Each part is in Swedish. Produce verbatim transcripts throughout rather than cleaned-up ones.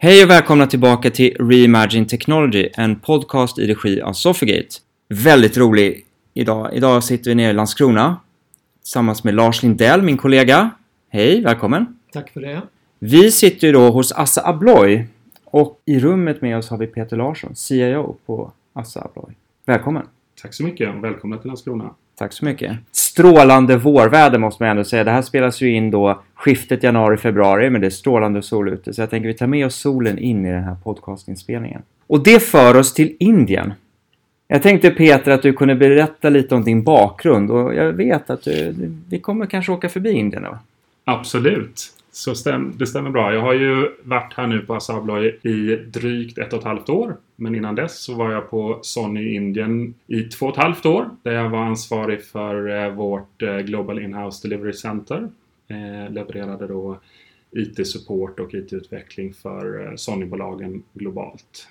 Hej och välkomna tillbaka till Reimagine Technology, en podcast i regi av Sofigate. Väldigt rolig idag. Idag sitter vi nere i Landskrona tillsammans med Lars Lindell, min kollega. Hej, välkommen. Tack för det. Vi sitter ju då hos Assa Abloy och i rummet med oss har vi Peter Larsson, C I O på Assa Abloy. Välkommen. Tack så mycket. Välkomna till Landskrona. Tack så mycket. Strålande vårväder måste man ändå säga. Det här spelas ju in då skiftet januari-februari, men det är strålande sol ute. Så jag tänker vi tar med oss solen in i den här podcastinspelningen. Och det för oss till Indien. Jag tänkte Peter att du kunde berätta lite om din bakgrund. Och jag vet att du, vi kommer kanske åka förbi Indien då. Absolut. Så stäm, det stämmer bra. Jag har ju varit här nu på Assa Abloy i drygt ett och ett halvt år. Men innan dess så var jag på Sony i Indien i två och ett halvt år. Där jag var ansvarig för eh, vårt eh, Global In-House Delivery Center. Eh, levererade då I T-support och I T-utveckling för eh, Sony-bolagen globalt.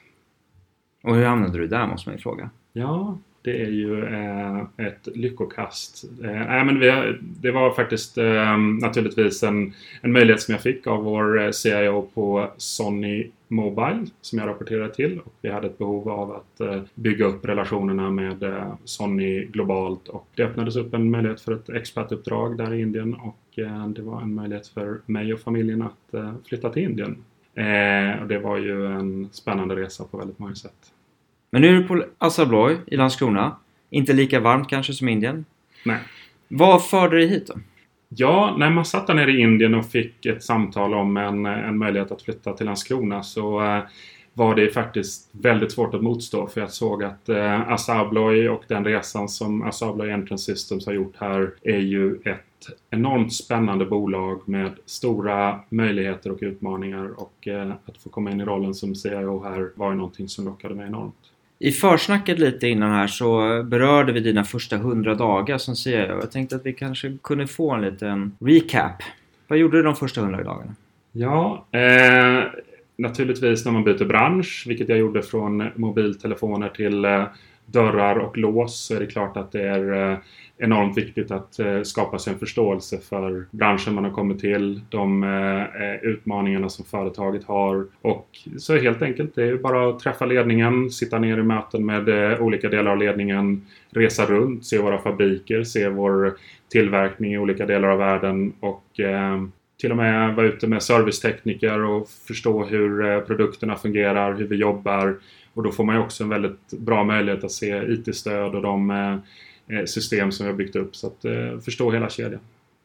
Och hur hamnade du där måste man ju fråga. Ja, det är ju eh, ett lyckokast. Eh, nej, men vi, det var faktiskt eh, naturligtvis en, en möjlighet som jag fick av vår C I O på Sony Mobile som jag rapporterade till. Och vi hade ett behov av att eh, bygga upp relationerna med eh, Sony globalt. Och det öppnades upp en möjlighet för ett expertuppdrag där i Indien. Och eh, det var en möjlighet för mig och familjen att eh, flytta till Indien. Eh, och det var ju en spännande resa på väldigt många sätt. Men nu är du på Assa Abloy i Landskrona. Inte lika varmt kanske som Indien. Nej. Vad förde dig hit då? Ja, när man satt där nere i Indien och fick ett samtal om en, en möjlighet att flytta till Landskrona så eh, var det faktiskt väldigt svårt att motstå. För jag såg att eh, Assa Abloy och den resan som Assa Abloy Entrance Systems har gjort här är ju ett enormt spännande bolag med stora möjligheter och utmaningar. Och eh, att få komma in i rollen som C I O här var ju någonting som lockade mig enormt. I försnacket lite innan här så berörde vi dina första hundra dagar som C I O. Jag tänkte att vi kanske kunde få en liten recap. Vad gjorde du de första hundra dagarna? Ja, eh, naturligtvis när man byter bransch, vilket jag gjorde från mobiltelefoner till eh, dörrar och lås, så är det klart att det är eh, enormt viktigt att eh, skapa sig en förståelse för branschen man har kommit till, de eh, utmaningarna som företaget har. Och så helt enkelt, det är bara att träffa ledningen, sitta ner i möten med eh, olika delar av ledningen, resa runt, se våra fabriker, se vår tillverkning i olika delar av världen och eh, till och med vara ute med servicetekniker och förstå hur eh, produkterna fungerar, hur vi jobbar. Och då får man ju också en väldigt bra möjlighet att se I T-stöd och de eh, system som vi har byggt upp. Så att eh, förstå hela kedjan.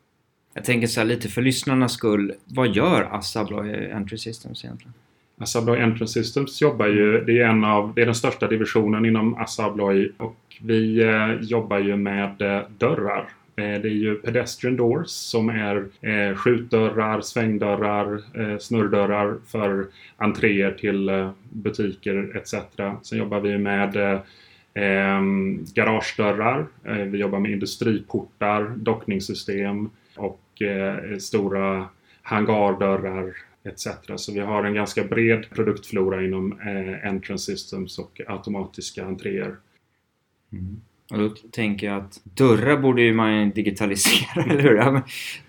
Jag tänker så här lite för lyssnarnas skull. Vad gör Assa Abloy Entrance Systems egentligen? Assa Abloy Entrance Systems jobbar ju, det är, en av, det är den största divisionen inom Assa Abloy. Och vi eh, jobbar ju med eh, dörrar. Det är ju pedestrian doors som är eh, skjutdörrar, svängdörrar, eh, snurrdörrar för entréer till eh, butiker et cetera. Sen jobbar vi med eh, garagedörrar, eh, vi jobbar med industriportar, dockningssystem och eh, stora hangardörrar et cetera. Så vi har en ganska bred produktflora inom eh, entrance systems och automatiska entréer. Mm. Och då tänker jag att dörrar borde ju man digitalisera, eller hur? Ja, men,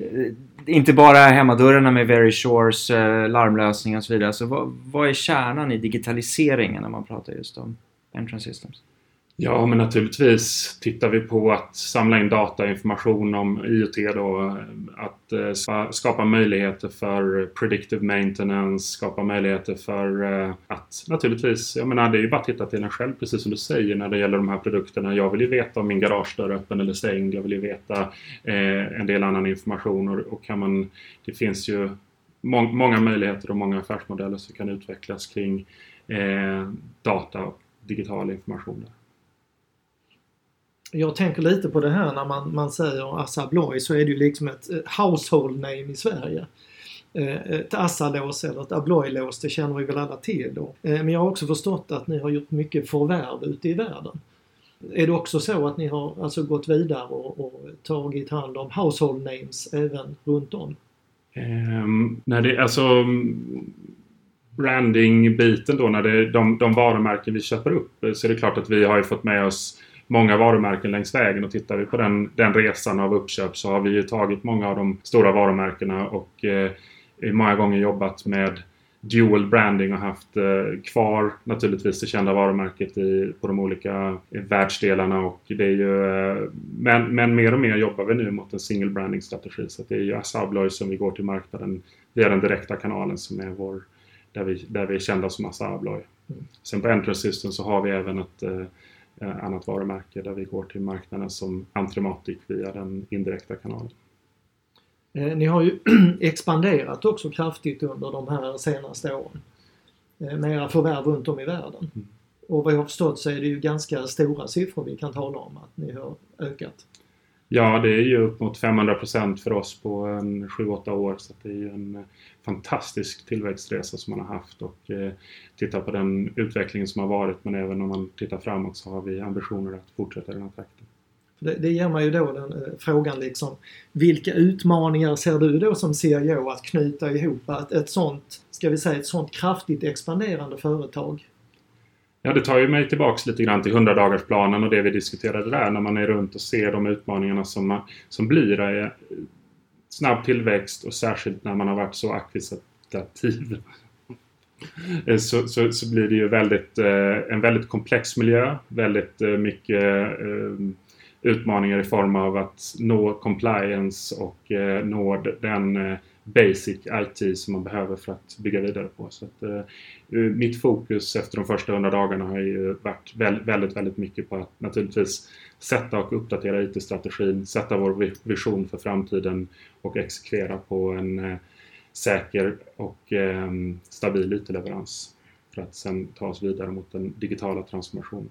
inte bara hemmadörrarna med Verisures eh, larmlösningar och så vidare. Så vad, vad är kärnan i digitaliseringen när man pratar just om entrance systems? Ja, men naturligtvis tittar vi på att samla in data och information om I O T då, att eh, skapa möjligheter för predictive maintenance, skapa möjligheter för eh, att naturligtvis, jag menar det är ju bara att titta till en själv precis som du säger när det gäller de här produkterna. Jag vill ju veta om min garagedörr är öppen eller stängd, jag vill ju veta eh, en del annan information och, och kan man, det finns ju må- många möjligheter och många affärsmodeller som kan utvecklas kring eh, data och digital information där. Jag tänker lite på det här när man, man säger Assa Abloy så är det ju liksom ett household name i Sverige. Ett Assa-lås eller ett Abloy-lås, det känner vi väl alla till då. Men jag har också förstått att ni har gjort mycket förvärv ute i världen. Är det också så att ni har alltså gått vidare och, och tagit hand om household names även runt om? Um, när det, alltså branding-biten då, när det de, de varumärken vi köper upp, så är det klart att vi har ju fått med oss många varumärken längs vägen, och tittar vi på den, den resan av uppköp så har vi ju tagit många av de stora varumärkena och eh, många gånger jobbat med dual branding och haft eh, kvar naturligtvis det kända varumärket i, på de olika världsdelarna. Och det är ju, eh, men, men mer och mer jobbar vi nu mot en single branding strategi. Så att det är ju Assa Abloy som vi går till marknaden via den direkta kanalen som är vår, där vi, där vi är kända som Assa Abloy. Mm. Sen på Entrance System så har vi även ett eh, annat varumärke där vi går till marknaden som Entrematic via den indirekta kanalen. Eh, ni har ju expanderat också kraftigt under de här senaste åren. Eh, med era förvärv runt om i världen. Mm. Och vad jag har förstått så är det ju ganska stora siffror vi kan tala om att ni har ökat. Ja, det är ju upp mot femhundra procent för oss på en sju åtta år. Så det är ju en fantastisk tillväxtresa som man har haft. Och eh, titta på den utvecklingen som har varit. Men även om man tittar framåt så har vi ambitioner att fortsätta den här takten. Det, det ger mig ju då den eh, frågan liksom. Vilka utmaningar ser du då som C E O att knyta ihop att ett sånt, ska vi säga ett sånt kraftigt expanderande företag? Ja, det tar ju mig tillbaks lite grann till hundra-dagarsplanen och det vi diskuterade där. När man är runt och ser de utmaningarna som, som blir är snabb tillväxt och särskilt när man har varit så akquisitiv. Så, så, så blir det ju väldigt, en väldigt komplex miljö. Väldigt mycket utmaningar i form av att nå compliance och nå den basic I T som man behöver för att bygga vidare på. Så att, eh, mitt fokus efter de första hundra dagarna har ju varit väldigt, väldigt, väldigt mycket på att naturligtvis sätta och uppdatera I T-strategin, sätta vår vision för framtiden och exekvera på en eh, säker och eh, stabil I T-leverans för att sen ta oss vidare mot den digitala transformationen.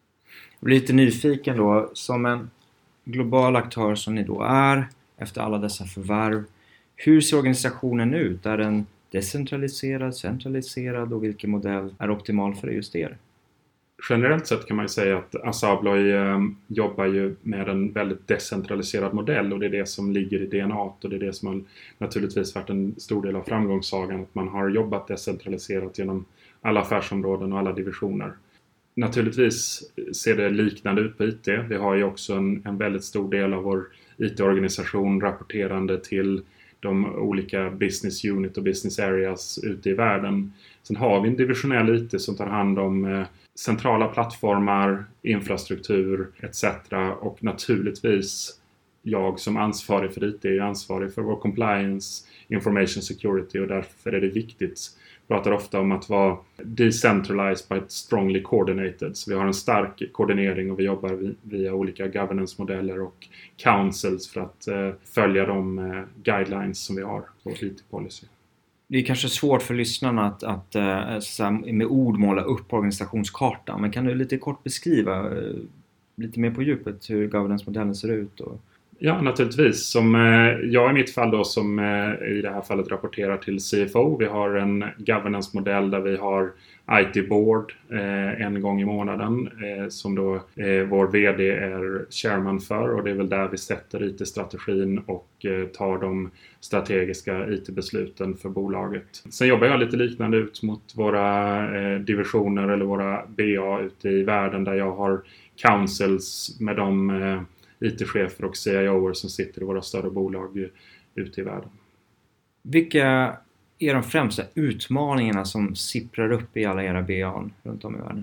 Jag blir lite nyfiken då, som en global aktör som ni då är efter alla dessa förvärv. Hur ser organisationen ut? Är den decentraliserad, centraliserad och vilken modell är optimal för just er? Generellt sett kan man ju säga att Assa Abloy eh, jobbar ju med en väldigt decentraliserad modell och det är det som ligger i D N A och det är det som har naturligtvis varit en stor del av framgångssagan, att man har jobbat decentraliserat genom alla affärsområden och alla divisioner. Naturligtvis ser det liknande ut på I T. Vi har ju också en, en väldigt stor del av vår I T-organisation rapporterande till de olika business unit och business areas ute i världen. Sen har vi en divisionell I T som tar hand om eh, centrala plattformar, infrastruktur et cetera. Och naturligtvis jag som ansvarig för I T är ansvarig för vår compliance, information security och därför är det viktigt. Vi pratar ofta om att vara decentralized but strongly coordinated. Så vi har en stark koordinering och vi jobbar via olika governance-modeller och councils för att eh, följa de eh, guidelines som vi har på I T-policy. Det är kanske svårt för lyssnarna att, att, att med ord måla upp organisationskartan. Men kan du lite kort beskriva lite mer på djupet hur governance-modellen ser ut? Och... Ja, naturligtvis. Som jag i mitt fall då som i det här fallet rapporterar till C F O. Vi har en governance-modell där vi har I T-board eh, en gång i månaden eh, som då eh, vår vd är chairman för och det är väl där vi sätter I T-strategin och eh, tar de strategiska I T-besluten för bolaget. Sen jobbar jag lite liknande ut mot våra eh, divisioner eller våra B A ute i världen där jag har councils med de eh, I T-chefer och C I O:er som sitter i våra större bolag ute i världen. Vilka är de främsta utmaningarna som sipprar upp i alla era B A runt om i världen?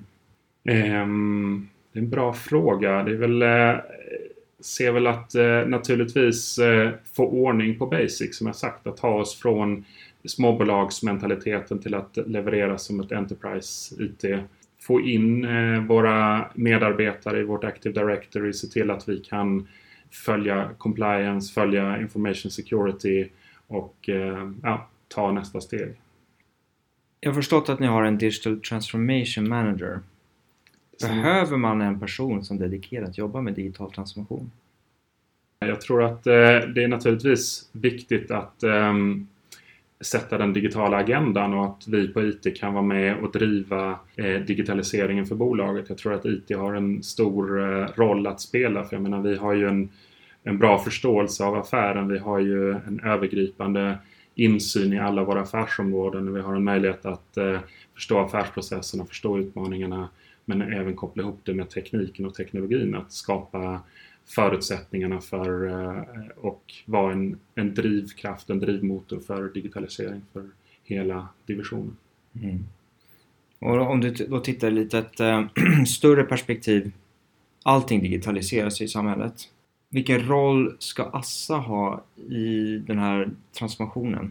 Um, det är en bra fråga. Det är väl, eh, ser väl att eh, naturligtvis eh, få ordning på basic som jag sagt. Att ta oss från småbolagsmentaliteten till att leverera som ett enterprise I T. Få in eh, våra medarbetare i vårt Active Directory, se till att vi kan följa compliance, följa information security och eh, ja, ta nästa steg. Jag har förstått att ni har en Digital Transformation Manager. Behöver man en person som dedikerat jobbar med digital transformation? Jag tror att eh, det är naturligtvis viktigt att eh, sätta den digitala agendan och att vi på I T kan vara med och driva eh, digitaliseringen för bolaget. Jag tror att I T har en stor eh, roll att spela, för jag menar vi har ju en, en bra förståelse av affären. Vi har ju en övergripande insyn i alla våra affärsområden. Vi har en möjlighet att eh, förstå affärsprocesserna, förstå utmaningarna, men även koppla ihop det med tekniken och teknologin. Att skapa förutsättningarna för eh, och vara en, en drivkraft, en drivmotor för digitalisering för hela divisionen. Mm. Och om du då tittar lite ett äh, större perspektiv, allting digitaliseras i samhället. Vilken roll ska Assa ha i den här transformationen?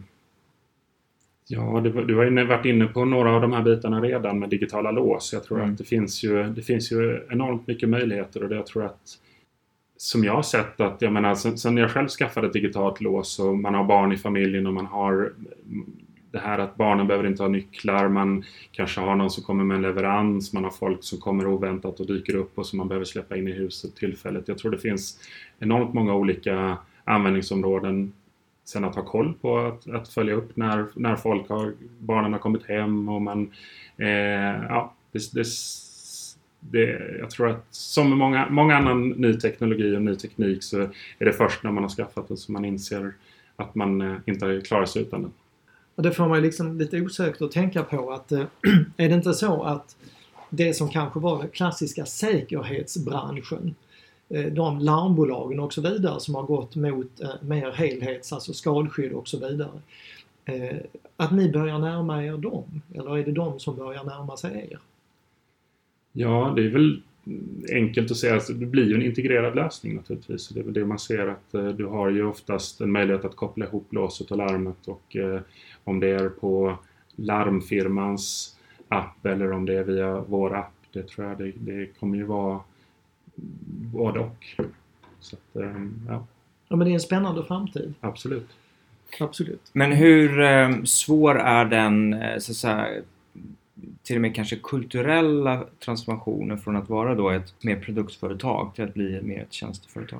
Ja, du, du har ju varit inne på några av de här bitarna redan med digitala lås. Jag tror mm. att det finns, ju, det finns ju enormt mycket möjligheter, och det jag tror att, som jag har sett, att jag menar, sen, sen jag själv skaffade ett digitalt lås och man har barn i familjen och man har det här att barnen behöver inte ha nycklar, man kanske har någon som kommer med en leverans, man har folk som kommer oväntat och dyker upp och som man behöver släppa in i huset tillfället. Jag tror det finns enormt många olika användningsområden. Sen att ha koll på att, att följa upp när, när folk har, barnen har kommit hem och man, eh, ja, det, det, det, jag tror att som med många, många annan ny teknologi och ny teknik så är det först när man har skaffat det som man inser att man eh, inte klarar sig utan den. Och det får man liksom lite osökt att tänka på att eh, är det inte så att det som kanske var den klassiska säkerhetsbranschen, de larmbolagen och så vidare som har gått mot eh, mer helhets, alltså skalskydd och så vidare. Eh, att ni börjar närma er dem? Eller är det de som börjar närma sig er? Ja, det är väl enkelt att säga att det blir ju en integrerad lösning naturligtvis. Det är väl det man ser, att eh, du har ju oftast en möjlighet att koppla ihop låset och larmet, och eh, om det är på larmfirmans app eller om det är via vår app, det tror jag det, det kommer ju vara både och. Så att, ja. Ja, men det är en spännande framtid. Absolut. Absolut. Men hur eh, svår är den, eh, så att säga, till och med kanske kulturella transformationen från att vara då ett mer produktföretag till att bli mer ett tjänsteföretag?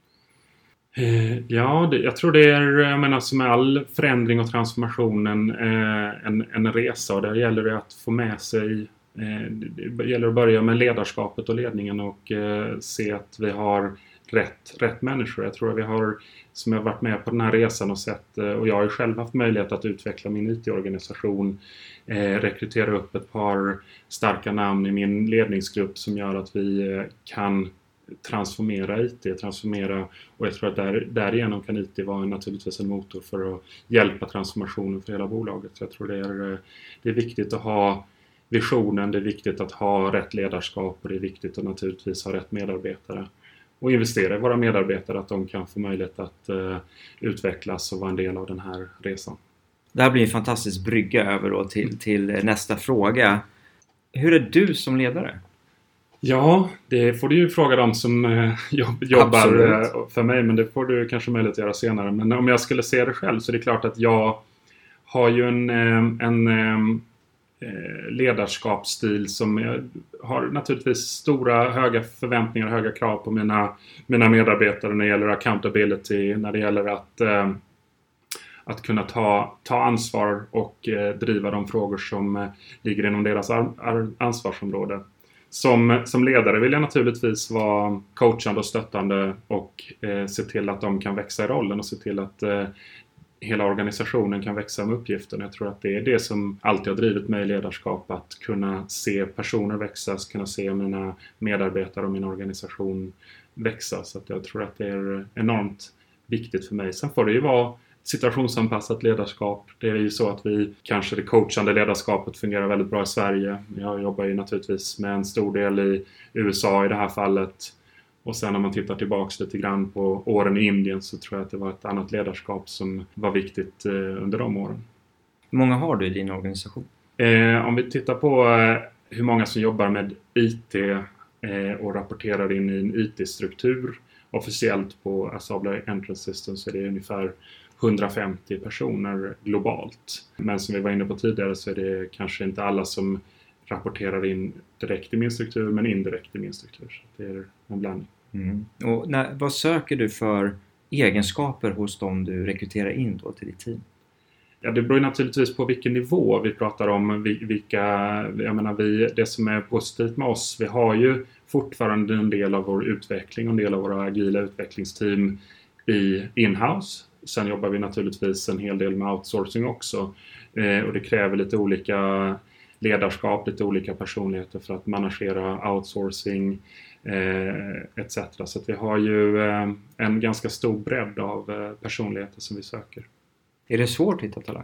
Eh, ja, det, jag tror det är, jag menar, som med all förändring och transformationen eh, en, en resa, och där gäller det att få med sig. Det gäller att börja med ledarskapet och ledningen och eh, se att vi har rätt, rätt människor. Jag tror att vi har, som jag har varit med på den här resan och sett, eh, och jag har ju själv haft möjlighet att utveckla min I T-organisation, eh, rekrytera upp ett par starka namn i min ledningsgrupp som gör att vi eh, kan transformera I T, transformera, och jag tror att där, därigenom kan I T vara naturligtvis en motor för att hjälpa transformationen för hela bolaget. Så jag tror det är, det är viktigt att ha visionen, det är viktigt att ha rätt ledarskap, och det är viktigt att naturligtvis ha rätt medarbetare och investera i våra medarbetare, att de kan få möjlighet att uh, utvecklas och vara en del av den här resan. Det här blir en fantastisk brygga över då till, till nästa fråga. Hur är du som ledare? Ja, det får du ju fråga dem som uh, jobb, jobbar uh, för mig, men det får du kanske möjlighet att göra senare. Men om jag skulle se det själv så är det klart att jag har ju en, um, en um, ledarskapsstil som jag har naturligtvis stora höga förväntningar och höga krav på mina, mina medarbetare när det gäller accountability, när det gäller att, eh, att kunna ta, ta ansvar och eh, driva de frågor som eh, ligger inom deras ar- ar- ansvarsområde. Som, som ledare vill jag naturligtvis vara coachande och stöttande och eh, se till att de kan växa i rollen och se till att eh, hela organisationen kan växa med uppgiften. Jag tror att det är det som alltid har drivit mig i ledarskap, att kunna se personer växa, kunna se mina medarbetare och min organisation växa. Så att jag tror att det är enormt viktigt för mig. Sen får det ju vara situationsanpassat ledarskap. Det är ju så att vi, kanske det coachande ledarskapet fungerar väldigt bra i Sverige. Jag jobbar ju naturligtvis med en stor del i U S A i det här fallet. Och sen när man tittar tillbaka lite grann på åren i Indien så tror jag att det var ett annat ledarskap som var viktigt eh, under de åren. Hur många har du i din organisation? Eh, om vi tittar på eh, hur många som jobbar med I T eh, och rapporterar in i en I T-struktur officiellt på Assa Entrance Systems, så är det ungefär hundrafemtio personer globalt. Men som vi var inne på tidigare så är det kanske inte alla som rapporterar in direkt i min struktur, men indirekt i min struktur. Så det är en blandning. Mm. Och när, vad söker du för egenskaper hos dem du rekryterar in då till ditt team? Ja, det beror naturligtvis på vilken nivå vi pratar om. Vilka, jag menar, vi, det som är positivt med oss, vi har ju fortfarande en del av vår utveckling och en del av våra agila utvecklingsteam i in-house. Sen jobbar vi naturligtvis en hel del med outsourcing också. Eh, och det kräver lite olika ledarskap, lite olika personligheter för att managera outsourcing eh, et cetera. Så att vi har ju eh, en ganska stor bredd av eh, personligheter som vi söker. Är det svårt att hitta talang?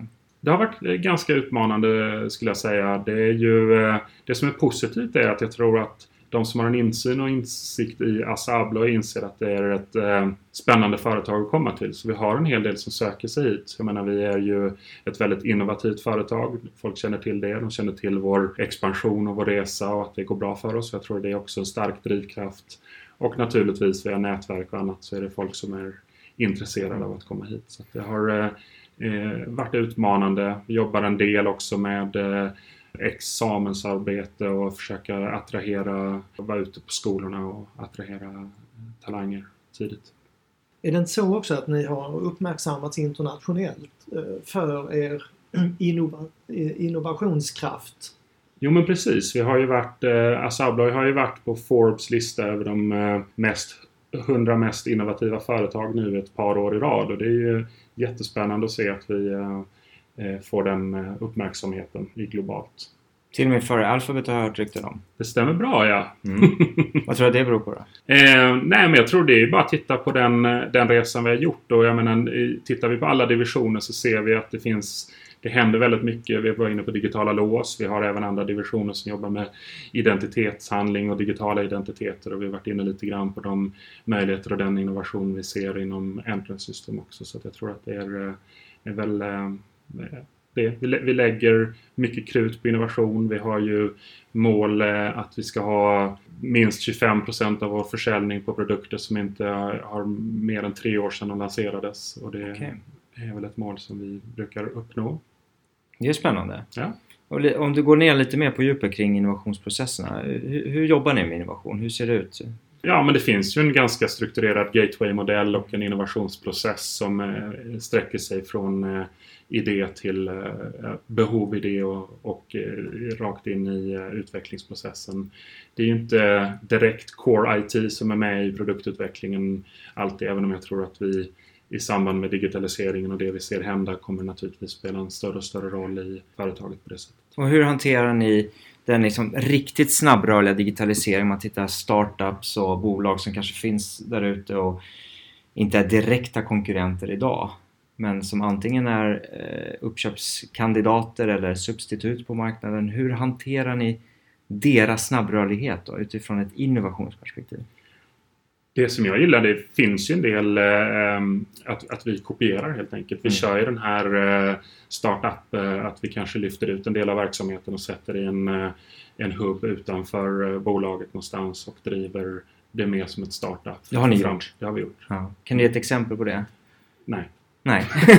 Det har varit ganska utmanande skulle jag säga. Det är ju, det som är positivt är att jag tror att de som har en insyn och insikt i Assa Abloy inser att det är ett eh, spännande företag att komma till. Så vi har en hel del som söker sig hit. Jag menar, vi är ju ett väldigt innovativt företag. Folk känner till det. De känner till vår expansion och vår resa och att det går bra för oss. Jag tror det är också en stark drivkraft. Och naturligtvis via nätverk och annat så är det folk som är intresserade av att komma hit. Så det har eh, varit utmanande. Vi jobbar en del också med eh, examensarbete och försöka attrahera, vara ute på skolorna och attrahera talanger tidigt. Är det inte så också att ni har uppmärksammats internationellt för er innova- innovationskraft? Jo men precis, vi har ju varit, eh, Assa Abloy har ju varit på Forbes lista över de eh, mest hundra mest innovativa företag nu ett par år i rad och det är ju jättespännande att se att vi eh, får den uppmärksamheten i globalt. Till och med före Alphabet har jag hört rykten om. Det stämmer bra, ja. Mm. Vad tror du att det beror på då? Eh, nej, men jag tror det är bara att titta på den, den resan vi har gjort. Och jag menar, tittar vi på alla divisioner så ser vi att det finns, det händer väldigt mycket. Vi var inne på digitala lås. Vi har även andra divisioner som jobbar med identitetshandling och digitala identiteter. Och vi har varit inne lite grann på de möjligheter och den innovation vi ser inom Entrance System också. Så att jag tror att det är, är väl... Det. Vi lägger mycket krut på innovation. Vi har ju mål att vi ska ha minst tjugofem procent av vår försäljning på produkter som inte har mer än tre år sedan de lanserades. Och det okay. är väl ett mål som vi brukar uppnå. Det är spännande. Ja. Och om du går ner lite mer på djupet kring innovationsprocesserna. Hur, hur jobbar ni med innovation? Hur ser det ut? Ja, men det finns ju en ganska strukturerad gateway-modell och en innovationsprocess som eh, sträcker sig från eh, idé till eh, behov, idé och, och eh, rakt in i eh, utvecklingsprocessen. Det är ju inte direkt core I T som är med i produktutvecklingen alltid, även om jag tror att vi i samband med digitaliseringen och det vi ser hända kommer naturligtvis spela en större och större roll i företaget på det sättet. Och hur hanterar ni den liksom riktigt snabbrörliga digitaliseringen? Man tittar startups och bolag som kanske finns där ute och inte är direkta konkurrenter idag. Men som antingen är eh, uppköpskandidater eller substitut på marknaden. Hur hanterar ni deras snabbrörlighet då, utifrån ett innovationsperspektiv? Det som jag gillar, det finns ju en del eh, att, att vi kopierar helt enkelt. Vi mm. kör ju den här eh, startup, eh, att vi kanske lyfter ut en del av verksamheten och sätter i en, eh, en hubb utanför eh, bolaget någonstans och driver det med som ett startup. Det har ni gjort? Det har vi gjort. Ja. Kan du ge ett exempel på det? Nej. Nej,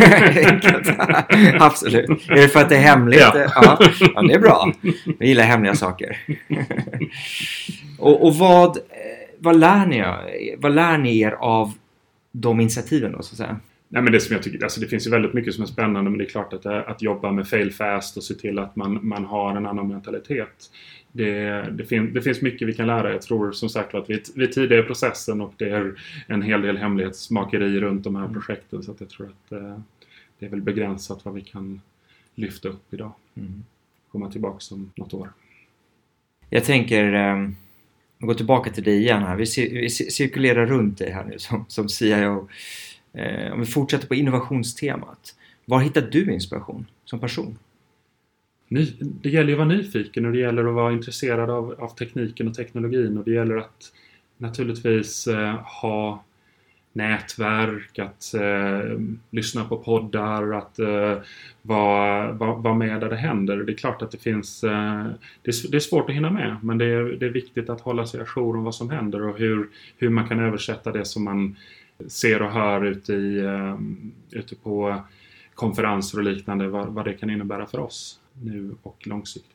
absolut. Är det för att det är hemligt? Ja, ja. Ja, det är bra. Vi gillar hemliga saker. och och vad, vad, lär ni, vad lär ni er av de initiativen då, så att säga? Nej, men det som jag tycker, alltså det finns ju väldigt mycket som är spännande, men det är klart att, att jobba med fail fast och se till att man, man har en annan mentalitet. Det, det, fin, det finns mycket vi kan lära. Jag tror som sagt att vi, vi är tidiga i processen och det är en hel del hemlighetsmakeri runt de här projekten. Så att jag tror att eh, det är väl begränsat vad vi kan lyfta upp idag. Mm. Komma tillbaka om något år. Jag tänker, eh, gå tillbaka till dig igen här. Vi, vi cirkulerar runt dig här nu som, som C I O. Eh, om vi fortsätter på innovationstemat. Var hittar du inspiration som person? Ny, det gäller ju att vara nyfiken och det gäller att vara intresserad av, av tekniken och teknologin. Och det gäller att naturligtvis eh, ha nätverk, att eh, lyssna på poddar, att eh, vara, vara, vara med där det händer. Det är klart att det finns, eh, det, är, det är svårt att hinna med, men det är, det är viktigt att hålla sig ajour om vad som händer och hur, hur man kan översätta det som man ser och hör ute, i, eh, ute på konferenser och liknande, vad, vad det kan innebära för oss nu och långsiktigt.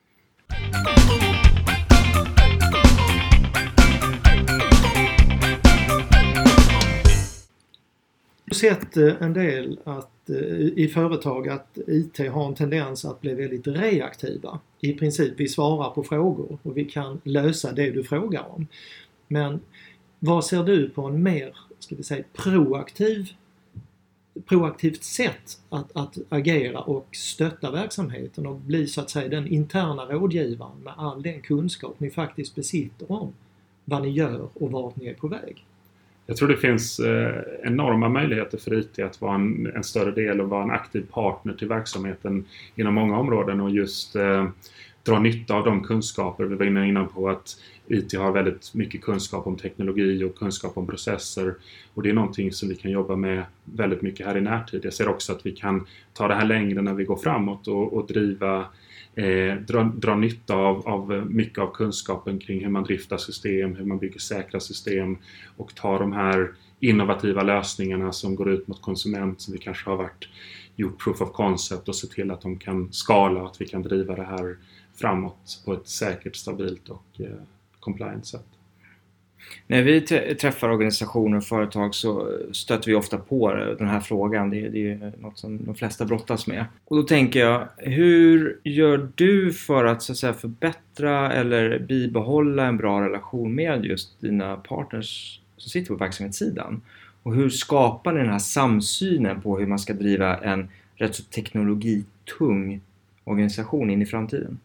Jag har sett en del att, i företag att I T har en tendens att bli väldigt reaktiva. I princip vi svarar på frågor och vi kan lösa det du frågar om. Men vad ser du på en mer, ska vi säga, proaktiv proaktivt sätt att, att agera och stötta verksamheten och bli så att säga den interna rådgivaren med all den kunskap ni faktiskt besitter om vad ni gör och vart ni är på väg? Jag tror det finns eh, enorma möjligheter för I T att vara en, en större del och vara en aktiv partner till verksamheten inom många områden och just eh, dra nytta av de kunskaper. Vi var inne innan på att I T har väldigt mycket kunskap om teknologi och kunskap om processer och det är någonting som vi kan jobba med väldigt mycket här i närtid. Jag ser också att vi kan ta det här längre när vi går framåt och, och driva Eh, dra, dra nytta av, av mycket av kunskapen kring hur man driftar system, hur man bygger säkra system och ta de här innovativa lösningarna som går ut mot konsument som vi kanske har varit gjort proof of concept och se till att de kan skala och att vi kan driva det här framåt på ett säkert, stabilt och eh, compliant sätt. När vi träffar organisationer och företag så stöter vi ofta på den här frågan. Det är, det är något som de flesta brottas med. Och då tänker jag, hur gör du för att, så att säga, förbättra eller bibehålla en bra relation med just dina partners som sitter på verksamhetssidan? Och hur skapar ni den här samsynen på hur man ska driva en rätt så teknologitung organisation in i framtiden?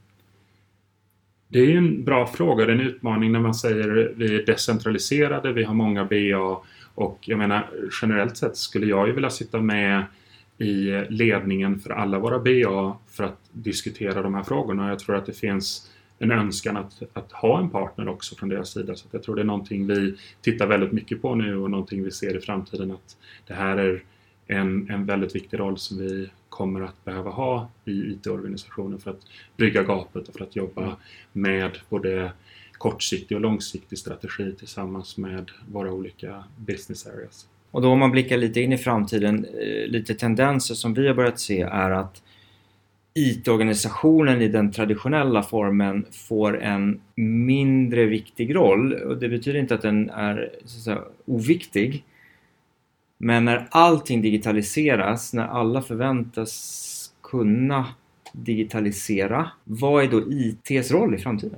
Det är ju en bra fråga, det är en utmaning när man säger att vi är decentraliserade, vi har många B A och jag menar generellt sett skulle jag ju vilja sitta med i ledningen för alla våra B A för att diskutera de här frågorna. Jag tror att det finns en önskan att, att ha en partner också från deras sida, så att jag tror det är någonting vi tittar väldigt mycket på nu och någonting vi ser i framtiden, att det här är en, en väldigt viktig roll som vi kommer att behöva ha i I T-organisationen för att brygga gapet och för att jobba med både kortsiktig och långsiktig strategi tillsammans med våra olika business areas. Och då om man blickar lite in i framtiden, lite tendenser som vi har börjat se är att I T-organisationen i den traditionella formen får en mindre viktig roll. Och det betyder inte att den är så att säga, oviktig. Men när allting digitaliseras, när alla förväntas kunna digitalisera, vad är då I T:s roll i framtiden?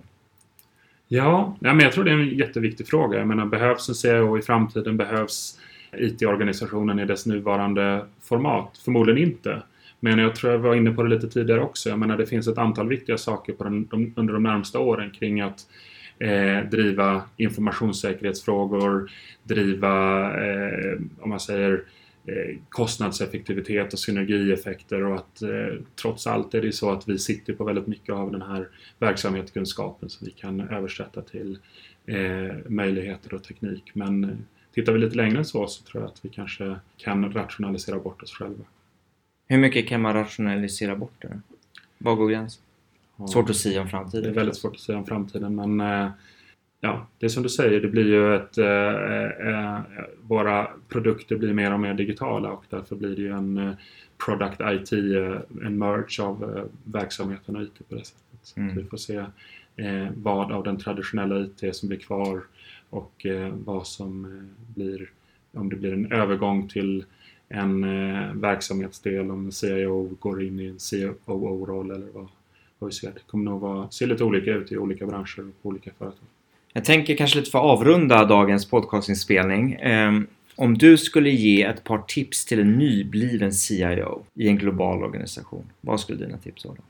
Ja, men jag tror det är en jätteviktig fråga. Jag menar, behövs en C I O i framtiden? Behövs I T-organisationen i dess nuvarande format? Förmodligen inte. Men jag tror jag var inne på det lite tidigare också. Jag menar, det finns ett antal viktiga saker på den, de, under de närmsta åren kring att Eh, driva informationssäkerhetsfrågor, driva eh, om man säger eh, kostnadseffektivitet och synergieffekter och att eh, trots allt är det så att vi sitter på väldigt mycket av den här verksamhetskunskapen som vi kan översätta till eh, möjligheter och teknik. Men eh, tittar vi lite längre än så så tror jag att vi kanske kan rationalisera bort oss själva. Hur mycket kan man rationalisera bort det? Var går gränsen? Svårt att säga om framtiden. Det är väldigt svårt att säga om framtiden, men äh, ja, det är som du säger, det blir ju ett äh, äh, våra produkter blir mer och mer digitala och därför blir det ju en äh, product I T, äh, en merge av äh, verksamheten och I T på det sättet. Mm. Vi får se äh, vad av den traditionella I T som blir kvar och äh, vad som äh, blir, om det blir en övergång till en äh, verksamhetsdel, om C I O går in i en C O O-roll eller vad. Det kommer nog vara, se lite olika ut i olika branscher och olika företag. Jag tänker kanske lite för att avrunda dagens podcastinspelning. Eh, om du skulle ge ett par tips till en nybliven C I O i en global organisation, vad skulle dina tips vara?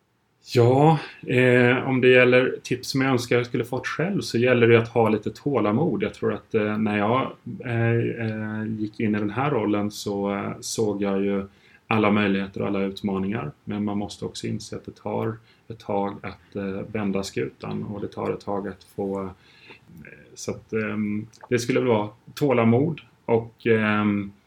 Ja, eh, om det gäller tips som jag önskar jag skulle fått själv så gäller det att ha lite tålamod. Jag tror att eh, när jag eh, gick in i den här rollen så eh, såg jag ju alla möjligheter och alla utmaningar. Men man måste också inse att det tar ett tag att eh, vända skutan och det tar ett tag att få... Eh, så att eh, det skulle väl vara tålamod och eh,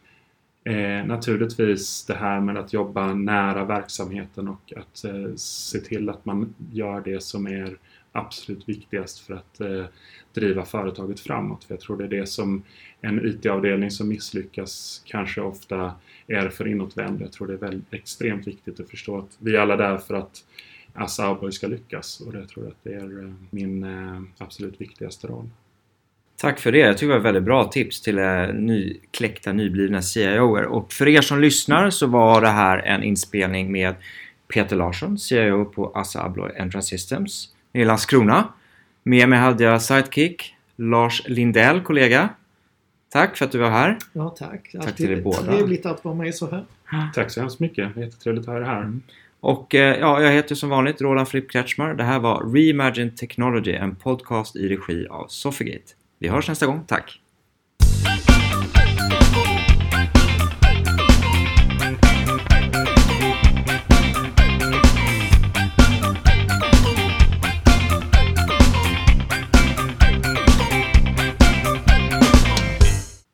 eh, naturligtvis det här med att jobba nära verksamheten och att eh, se till att man gör det som är absolut viktigast för att eh, driva företaget framåt. För jag tror det är det som en I T-avdelning som misslyckas kanske ofta är för inåtvänd. Jag tror det är väldigt extremt viktigt att förstå att vi är alla där för att Assa Abloy ska lyckas. Och det tror jag att det är eh, min eh, absolut viktigaste roll. Tack för det. Jag tycker det var ett väldigt bra tips till eh, nykläckta, nyblivna C I O:er. Och för er som lyssnar så var det här en inspelning med Peter Larsson, C I O på Assa Abloy Entrance Systems i Landskrona. Med mig hade jag sidekick Lars Lindell, kollega. Tack för att du var här. Ja, tack. Tack Alltid till er båda. Trevligt att vara med så här. Tack så hemskt mycket. Jättetrevligt att ha er här. Mm. Och eh, ja, jag heter som vanligt Roland Fripp Kretschmar. Det här var Reimagine Technology, en podcast i regi av Sofigate. Vi hörs nästa gång. Tack! Thank you.